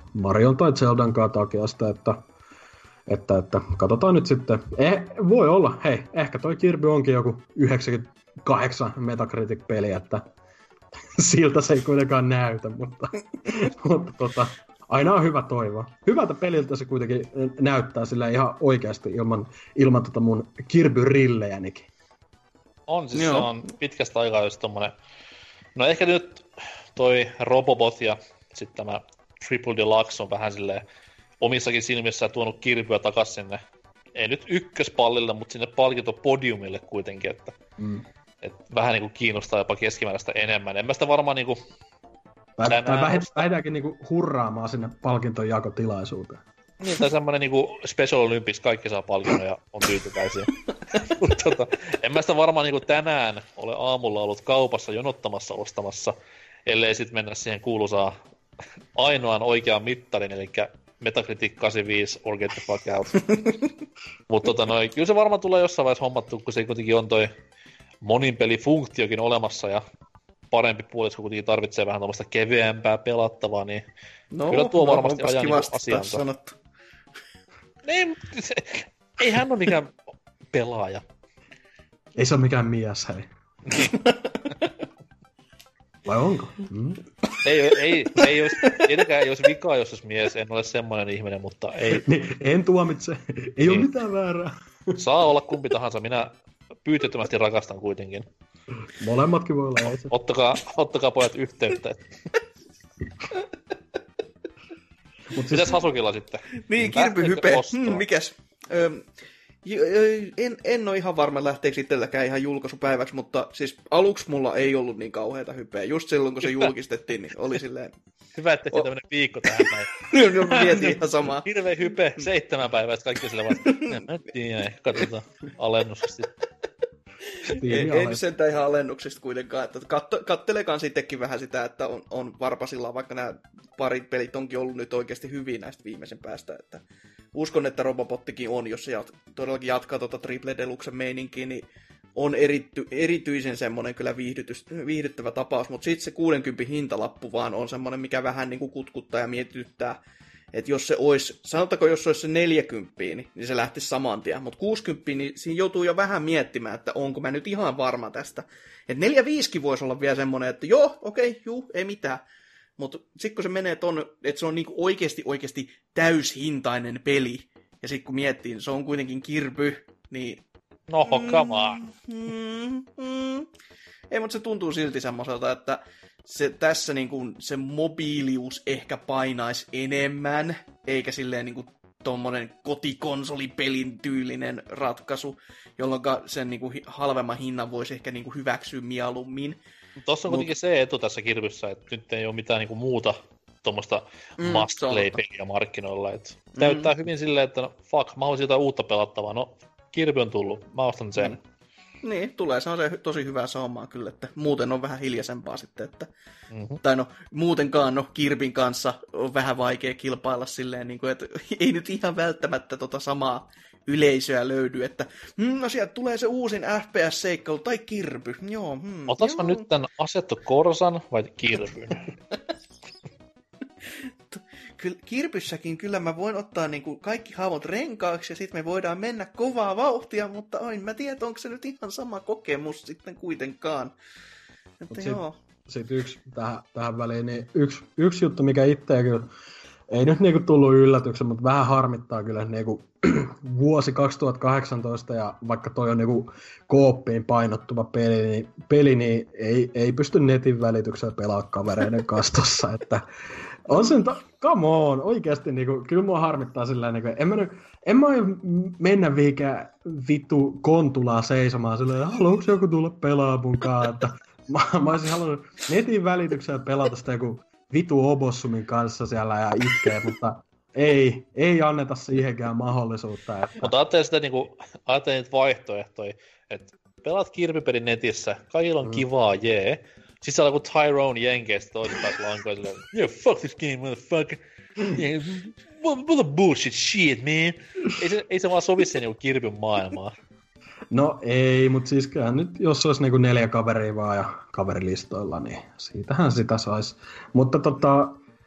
Marion tai Zeldan takia sitä, että, että, että katsotaan nyt sitten. Eh, voi olla, hei, ehkä toi Kirby onkin joku yhdeksänkymmentäkahdeksan Metacritic-peli, että siltä se ei kuitenkaan näytä, mutta, mutta tota, aina on hyvä toivoa. Hyvältä peliltä se kuitenkin näyttää sillä ihan oikeasti ilman, ilman tota mun Kirby-rillejänikin. On, siis Joo. se on pitkästä aikaa just tommonen... No ehkä nyt toi Robobot ja sitten tämä Triple Deluxe on vähän silleen omissakin silmissä tuonut Kirbyä takas sinne. Ei nyt ykköspallille, mutta sinne palkintopodiumille kuitenkin, että... Mm. Et vähän niinku kiinnostaa jopa keskimääräistä enemmän. En mä sitä varmaan niinku... Tai, tai vähintäänkin niinku hurraamaan sinne palkintojakotilaisuuteen. Niin, tai semmonen niinku Special Olympics, kaikki saa palkinnon ja on tyytyväisiä. tota, en mä sitä varmaan niinku tänään ole aamulla ollut kaupassa jonottamassa ostamassa, ellei sit mennä siihen kuuluisaan ainoan oikean mittarin, eli Metacritic kahdeksankymmentäviisi or get the fuck out. Mutta tota noin, kyllä se varmaan tulee jossain vaiheessa hommattu, kun se kuitenkin on toi monin pelifunktiokin olemassa ja parempi puoli, kun kuitenkin tarvitsee vähän tuommoista kevyempää pelattavaa, niin no, kyllä tuo no, varmasti ajan niin asiansa. Ei, se, ei hän ole mikään pelaaja. Ei se ole mikään mies, hei. Vai onko? Mm. Ei, ei, ei olisi, tietenkään ei olisi vikaa, jos olisi mies, en ole semmoinen ihminen, mutta ei. Niin, en tuomitse, ei niin. Ole mitään väärää. Saa olla kumpi tahansa, minä pyytettömästi rakastan kuitenkin. Molemmatkin voi olla. Ottakaa, ottakaa pojat yhteyttä. Mut mitäs Hasukilla sitten? Niin, Kirby Hype. Hmm, mikäs? Öö, en, en ole ihan varma lähteekö itselläkään ihan julkaisupäiväksi, mutta siis aluksi mulla ei ollut niin kauheata hypeä. Just silloin, kun se julkistettiin, niin oli silleen... Hyvä, että tehtiin tämmönen viikko tähän näin. No, mietin ihan samaa. Hirveä hype, seitsemän päivää, että kaikki silleen vaan, en mä tiedä, katsotaan alennusta sitten. Ei, ei nyt sentään ihan alennuksista kuitenkaan, että katso, kattelekaan sittenkin vähän sitä, että on, on varpasillaan, vaikka nämä parit pelit onkin ollut nyt oikeasti hyviä näistä viimeisen päästä, että uskon, että Robobottikin on, jos se jat, todellakin jatkaa tuota Triple Deluxen meininkiä, niin on erity, erityisen semmoinen kyllä viihdytys, viihdyttävä tapaus, mutta sitten se kuudenkymmenen hintalappu vaan on semmoinen, mikä vähän niin kuin kutkuttaa ja mietityttää, että jos se olisi, sanotaanko jos se olisi se neljäkymmentä, niin se lähtisi saman tien, mutta kuusikymmentä, niin siinä joutuu jo vähän miettimään, että onko mä nyt ihan varma tästä. Että neljäkymmentäviisi voisi olla vielä semmoinen, että joo, okei, okay, juu, ei mitään. Mutta sitten kun se menee ton, että se on niinku oikeasti oikeasti täyshintainen peli, ja sitten kun miettii, niin se on kuitenkin Kirby, niin... No, come on. Mm, mm, ei, mutta se tuntuu silti semmoiselta, että se, tässä niinku, se mobiilius ehkä painaisi enemmän, eikä silleen niinku tommonen kotikonsolipelin tyylinen ratkaisu, jolloin sen niinku halvemman hinnan voisi ehkä niinku hyväksyä mieluummin. Tuossa on Mut... kuitenkin se etu tässä Kirbyssä, että nyt ei ole mitään niinku muuta tuommoista mm, must-play-peliä markkinoilla. Et mm. täyttää hyvin silleen, että no, fuck, mä haluaisin jotain uutta pelattavaa. No, Kirby on tullut, mä ostan sen. Mm. Niin, tulee se on se tosi hyvää saumaa kyllä, että muuten on vähän hiljaisempaa sitten, että mm-hmm. tai no muutenkaan no Kirbyn kanssa on vähän vaikea kilpailla silleen, niin kuin, että ei nyt ihan välttämättä tota samaa yleisöä löydy, että mm, no sieltä tulee se uusin F P S-seikkailu tai Kirby, joo. Hmm, Otasiko nyt tän Assetto Corsan vai Kirbyn? Kirbyssäkin kyllä mä voin ottaa niin kuin kaikki hahmot renkaaksi ja sitten me voidaan mennä kovaa vauhtia, mutta en mä tiedä, onko se nyt ihan sama kokemus sitten kuitenkaan. Että joo. Sitten yksi tähän, tähän väliin, niin yksi, yksi juttu, mikä itseä kyllä ei nyt niinku tullut yllätyksen, mutta vähän harmittaa kyllä niinku vuosi kaksituhattakahdeksantoista ja vaikka toi on niinku kooppiin painottuva peli, niin, peli, niin ei, ei pysty netin välityksellä pelaa kavereiden kanssa tossa, että on sen, ta- come on, oikeasti niinku, kyllä mua harmittaa sillä niinku, en mä nyt, en mä mennä viikään vittu Kontulaa seisomaan silleen, haluuks joku tulla pelaa munkaan, että mä, mä olisin halunnut netin välityksellä pelata sitä joku vitu Obossumin kanssa siellä ja itkee, mutta ei, ei anneta siihenkään mahdollisuutta. Että... Mutta ajattelin sitä niinku, ajattelin niitä vaihtoehtoja, että pelaat Kirby-pelin netissä, kaikilla on mm. kivaa, jee. Yeah. Siis se on joku Tyrone Jenkeistä toisen päässä lankoja silleen, yeah, fuck this game, motherfucker. Yeah, what, what a bullshit shit, man. Ei se, ei se vaan sovi sen niinku Kirbyn maailmaan. No ei, mutta siis kyllä nyt, jos olisi niinku neljä kaveria vaan ja kaverilistoilla, niin siitähän sitä saisi. Mutta tota,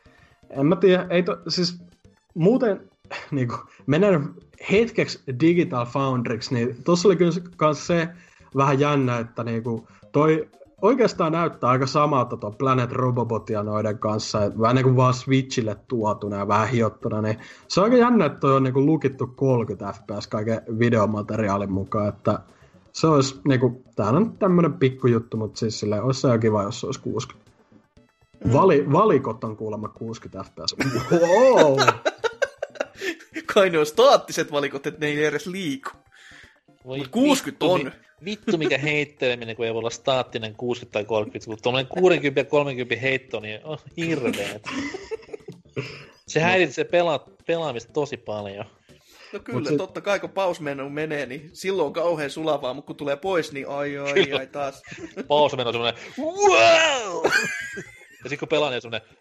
En mä tiedä, ei to, siis muuten niinku, mennään hetkeksi Digital Foundryksi, niin tossa oli kyllä kans se vähän jännä, että niinku toi oikeastaan näyttää aika samalta tuon Planet Robobotia noiden kanssa, että vähän niinku vaan Switchille tuotuna ja vähän hiottuna, niin se on aika jännä, että toi on niinku lukittu kolmekymmentä F P S kaiken videomateriaalin mukaan, että se olisi niinku, tää on tämmönen pikkujuttu, mutta siis silleen olisi se kiva, jos se olisi kuusikymmentä. Vali, valikot on kuulemma kuusikymmentä F P S. Wow! Kai ne on staattiset valikot, että ne ei edes liiku. Voi kuusikymmentä vittu, on. Mi, vittu mikä heitteleminen, kun ei voi olla staattinen kuusikymmentä tai kolmekymmentä, kun tuollainen kuusikymmentä ja kolmekymmentä heitto, niin on hirveet. Se häiritsee pela, pelaamista tosi paljon. No kyllä, sit... totta kai kun pausmenu menee, niin silloin on kauhean sulavaa, mutta kun tulee pois, niin ai ai kyllä. ai taas. Pausmenu on semmoinen wow! Ja sit kun pelaa, niin on semmoinen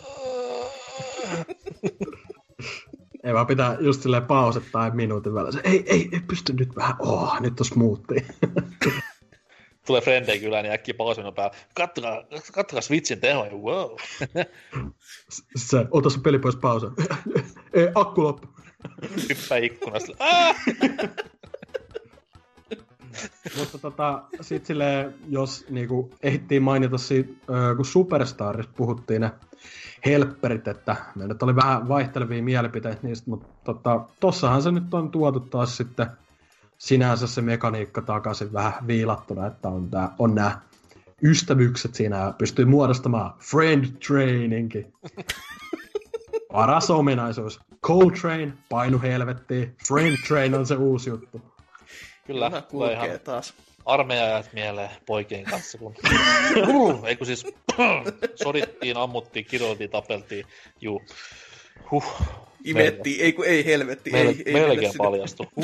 ei vaan pitää just silleen pausettaa minuutin välillä. Ei, ei, ei pysty nyt vähän. Oh, nyt on smoothie. Tulee frendei kylään, niin äkkiä pausmenu päällä. Kattokaa, kattokaa Switchin tehoja, wow. Se, ota se peli pois pausa. Ei, akku loppu. Hyppää ikkunasta. Ah! Mutta tota, sit silleen, jos niinku ehdittiin mainita siitä, kun Superstarista puhuttiin ne helpperit, että me nyt oli vähän vaihtelevia mielipiteitä niistä, mutta tota, tossahan se nyt on tuotu taas sitten sinänsä se mekaniikka takaisin vähän viilattuna, että on, tää, on nämä ystävyykset siinä ja pystyy muodostamaan friend traininkin. Paras ominaisuus. Coltrane, painu helvettiin, friend train on se uusi juttu. Kyllä, tulee ihan taas. Armeijajat mieleen poikien kanssa, kun ei kun siis sodittiin, ammuttiin, kiroiltiin, tapeltiin, juu. Huh. Imettiin, ei kun ei helvetti. Mel- ei, ei melkein paljastui. Huh.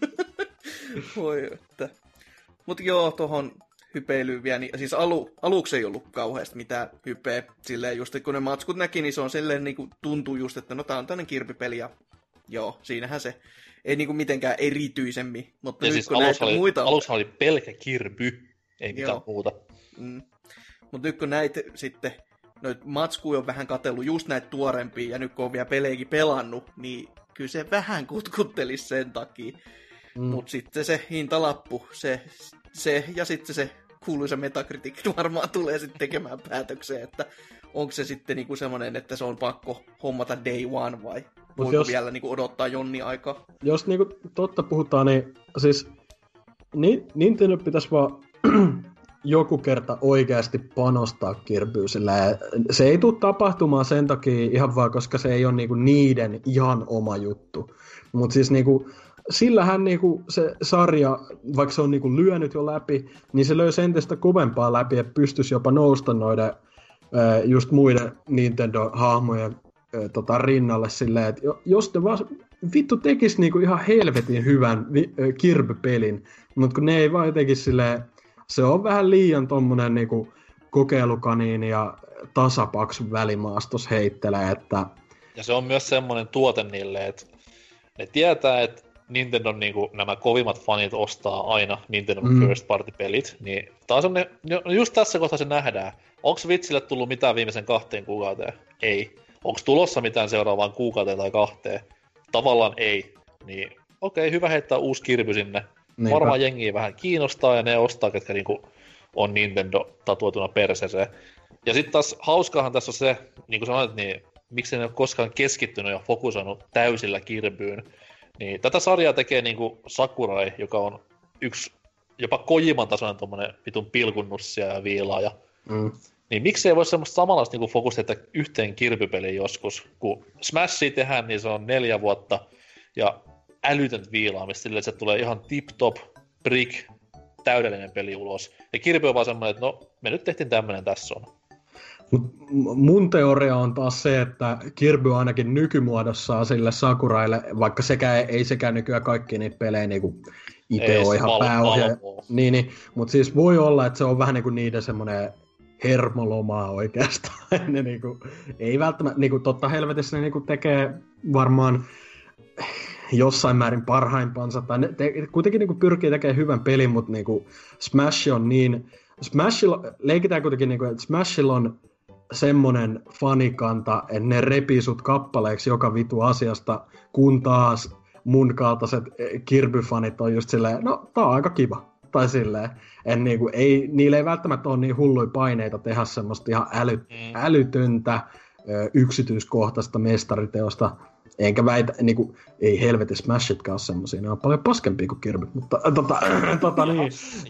Voi, että. Mut joo, tohon hypeilyyn vielä, niin siis alu, aluksi ei ollut kauheasti mitään hypeä. Silleen just, että kun ne matskut näki, niin se on silleen niinku tuntuu just, että no tää on tämmönen kirpipeli ja joo, siinähän se ei niinku mitenkään erityisemmin. Mutta ja nyt siis kun alussa näitä oli, muita... alussa oli pelkä kirpy, ei mitään joo. muuta. Mm. Mutta nyt kun näitä sitten, noit matskuja on vähän katsellut just näitä tuorempia, ja nyt kun on vielä pelejäkin pelannut, niin kyllä se vähän kutkuttelisi sen takia. Mm. Mutta sitten se hintalappu, se, se ja sitten se kuuluisa Metacritic varmaan tulee sitten tekemään päätökseen, että onko se sitten niinku semmoinen, että se on pakko hommata day one vai voiko jos, vielä niinku odottaa jonni aikaa? Jos niinku totta puhutaan, niin siis ni, Nintendo pitäisi vaan joku kerta oikeasti panostaa Kirbyyn, sillä se ei tule tapahtumaan sen takia ihan vaan, koska se ei ole niinku niiden ihan oma juttu. Mutta siis niinku sillähän niinku se sarja, vaikka se on niinku lyönyt jo läpi, niin se löysi entistä kovempaa läpi ja pystyisi jopa nousta noiden just muiden Nintendo-hahmojen tota, rinnalle silleen, että jos ne vaan vittu tekis niinku ihan helvetin hyvän Kirby-pelin, mutta kun ne ei vaan jotenkin silleen, se on vähän liian tommonen niinku kokeilukaniini ja tasapaksun välimaastos heittelee, että... Ja se on myös semmonen tuote niille, että ne tietää, että Nintendo niinku nämä kovimmat fanit ostaa aina Nintendo mm. First Party-pelit, niin taas on ne, just tässä kohtaa se nähdään. Onko Switchille tullut mitään viimeisen kahteen kuukauteen? Ei. Onko tulossa mitään seuraavaan kuukauteen tai kahteen? Tavallaan ei. Niin okei, hyvä heittää uusi Kirby sinne. Niinpä. Varmaan jengiä vähän kiinnostaa ja ne ostaa, ketkä niinku on Nintendo tatuoituna perseeseen. Ja sitten taas hauskaahan tässä on se, niin kuin sanoit, niin miksi ne ei ole koskaan keskittynyt ja fokusoinut täysillä Kirbyyn. Niin tätä sarjaa tekee niinku Sakurai, joka on yksi jopa Kojiman tasoinen tommonen vitun pilkunnussia ja viilaaja. Mm. Niin miksei voi semmoista samanlaista niinku fokusta yhteen Kirby-peliin joskus, kun Smashia tehdään, niin se on neljä vuotta ja älytöntä viilaamista silleen, että se tulee ihan tip-top, brick, täydellinen peli ulos. Ja Kirby on vaan semmoinen, että no, me nyt tehtiin tämmönen, tässä on. Mut mun teoria on taas se, että Kirby on ainakin nykymuodossaan sille Sakuraille, vaikka sekä ei sekään nykyään kaikki niitä pelejä niinku itse ole ihan pääohjaaja. Niin, niin, mutta siis voi olla, että se on vähän niinku niiden semmoinen hermolomaa oikeastaan. ne niinku, ei välttämättä, niinku totta helvetissä ne niinku tekee varmaan jossain määrin parhaimpansa, tai ne te, kuitenkin niinku pyrkii tekemään hyvän pelin, mutta niinku Smash on niin... Smashilla, leikitään kuitenkin niinku, että Smashilla on semmonen fanikanta, että ne repii sut kappaleeksi joka vitu asiasta, kun taas mun kaltaiset Kirby-fanit on just silleen, no tää on aika kiva. Tai silleen, että niinku, ei, niillä ei välttämättä ole niin hulluja paineita tehdä semmoista ihan äly, mm. älytöntä ö, yksityiskohtaista mestariteosta. Enkä väitä, niinku, ei helvetin Smashitkaan ole semmosia, ne on paljon paskempia kuin Kirby, mutta tota, tota niin.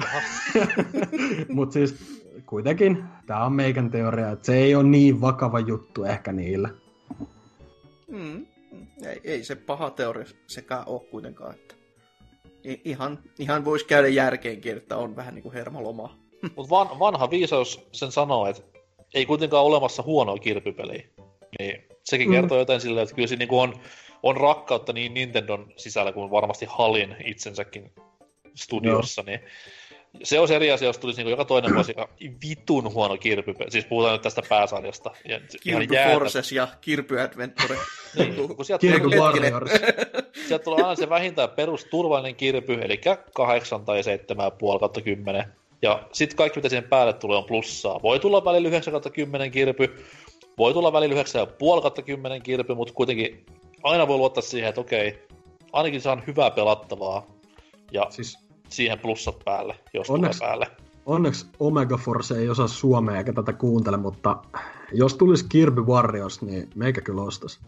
Mut siis kuitenkin, tää on meikän teoria, että se ei ole niin vakava juttu ehkä niillä. Mm. Ei, ei se paha teoria sekään ole kuitenkaan, että ihan, ihan voisi käydä järkeenkin, että on vähän niinku hermolomaa. Mut van, vanha viisaus sen sanoo, että ei kuitenkaan ole olemassa huonoa Kirby-peliä. Niin sekin kertoo mm. jotain silleen, että kyllä se niinku on, on rakkautta niin Nintendon sisällä kuin varmasti Halin itsensäkin studiossa, no. Niin se on eri asia, jos tulisi niinku joka toinen vuosi vitun huono Kirby-peli. Siis puhutaan nyt tästä pääsarjasta. Kirby Forces ja Kirby Adventure. Niin, kun sieltä Kirby Warriors. Sieltä tulee aina se vähintään perusturvallinen Kirby, eli kahdeksan tai seitsemän pilkku viisi kautta kymmenen. Ja sitten kaikki, mitä siihen päälle tulee, on plussaa. Voi tulla välillä yhdeksän kautta kymmenen Kirby, voi tulla välillä yhdeksän pilkku viisi kautta kymmenen Kirby, mutta kuitenkin aina voi luottaa siihen, että okei, ainakin saan hyvää pelattavaa. Ja siis siihen plussat päälle, jos onneksi, tulee päälle. Onneksi Omega Force ei osaa suomea eikä tätä kuuntele, mutta jos tulisi Kirby Warriors, niin meikä kyllä ostais.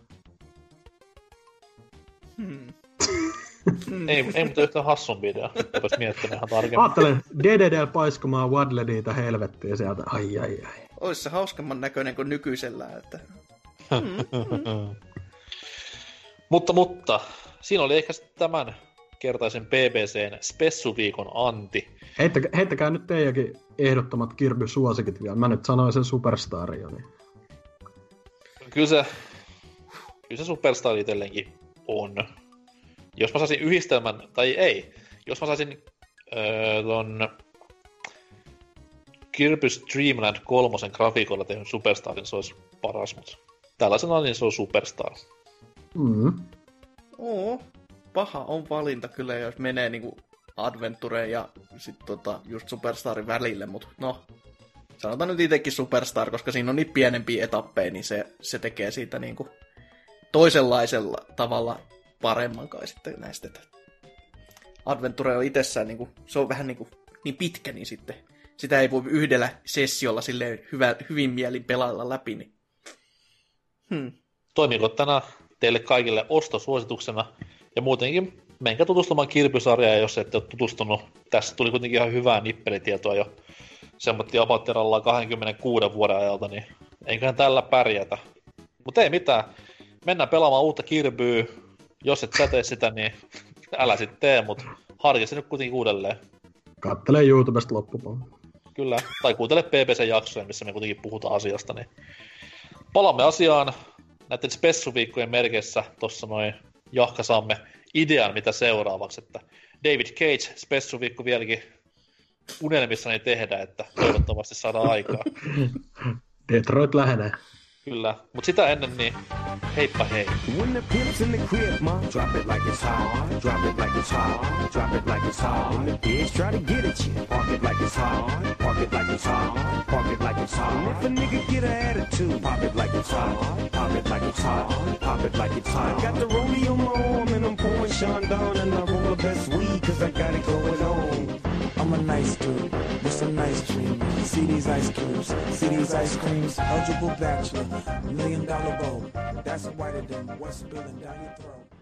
Hmm. ei, ei mutta yhtään hassun video. Rupes miettimään ihan tarkemmin. Aattelen D D D paiskomaan Wadlediitä helvettiä sieltä. Ai ai ai. Ois se hauskemman näköinen kuin nykyisellään, että mutta, mutta, siinä oli ehkä tämän kertaisen B B C:n Spessuviikon anti. Heittäkää, heittäkää nyt teidänkin ehdottomat Kirby-suosikit vielä. Mä nyt sanoin sen Superstarin jo. Niin. Kyllä se, kyllä se Superstar itselleenkin on. Jos mä saisin yhdistelmän, tai ei, jos mä saisin öö, ton Kirby's Dream Land kolmosen grafiikolla tehnyt Superstarin, se olisi paras, mutta tällaisena niin se on Superstar. Mm. Oo, paha on valinta kyllä, jos menee niinku Adventureen ja sit tota just Superstarin välille, mutta no, sanotaan nyt itekin Superstar, koska siinä on niin pienempiä etappeja, niin se, se tekee siitä niinku toisenlaisella tavalla paremman kai sitten näistä. Adventure on itsessään niinku, se on vähän niinku niin pitkä, niin sitten sitä ei voi yhdellä sessiolla silleen hyvä, hyvin mielin pelailla läpi. Niin. Hmm. Toimiiko tänään teille kaikille ostosuosituksena? Ja muutenkin menkää tutustumaan Kirby-sarjaan, jos ette ole tutustunut. Tässä tuli kuitenkin ihan hyvää nippelitietoa jo semmoittiin apatterallaan kaksikymmentäkuuden vuoden ajalta, niin eiköhän tällä pärjätä. Mutta ei mitään. Mennään pelaamaan uutta Kirbyä. Jos et sä tee sitä, niin älä sit tee, mut harkitse nyt kuitenkin uudelleen. Kattele YouTubesta loppupallo. Kyllä, tai kuuntele B B C-jaksoja, missä me kuitenkin puhutaan asiasta, niin palaamme asiaan näiden spessuviikkojen merkeissä. Tossa noin Jahka saamme idean, mitä seuraavaksi, että David Cage spessuviikko vieläkin unelmissani tehdä, että toivottavasti saadaan aikaa. Detroit lähenee. Kyllä, mut sitä ennen niin heippa hei. When the pimp's in the crib, ma, drop it like it's hot, drop it like it's hot, drop it like it's hot. When the pigs try to get at you, park it like it's hot, park it like it's hot, park it like it's hot. And if a nigga get an attitude, pop it like it's hot, pop it like it's hot, pop it like it's hot. I got the rollie on my arm and I'm pouring Sean down and I roll the best weed cause I got it going on. I'm a nice dude with some nice dreams. See these ice cubes, see these ice creams. Eligible bachelor, million dollar bowl. That's whiter than what's spilling down your throat.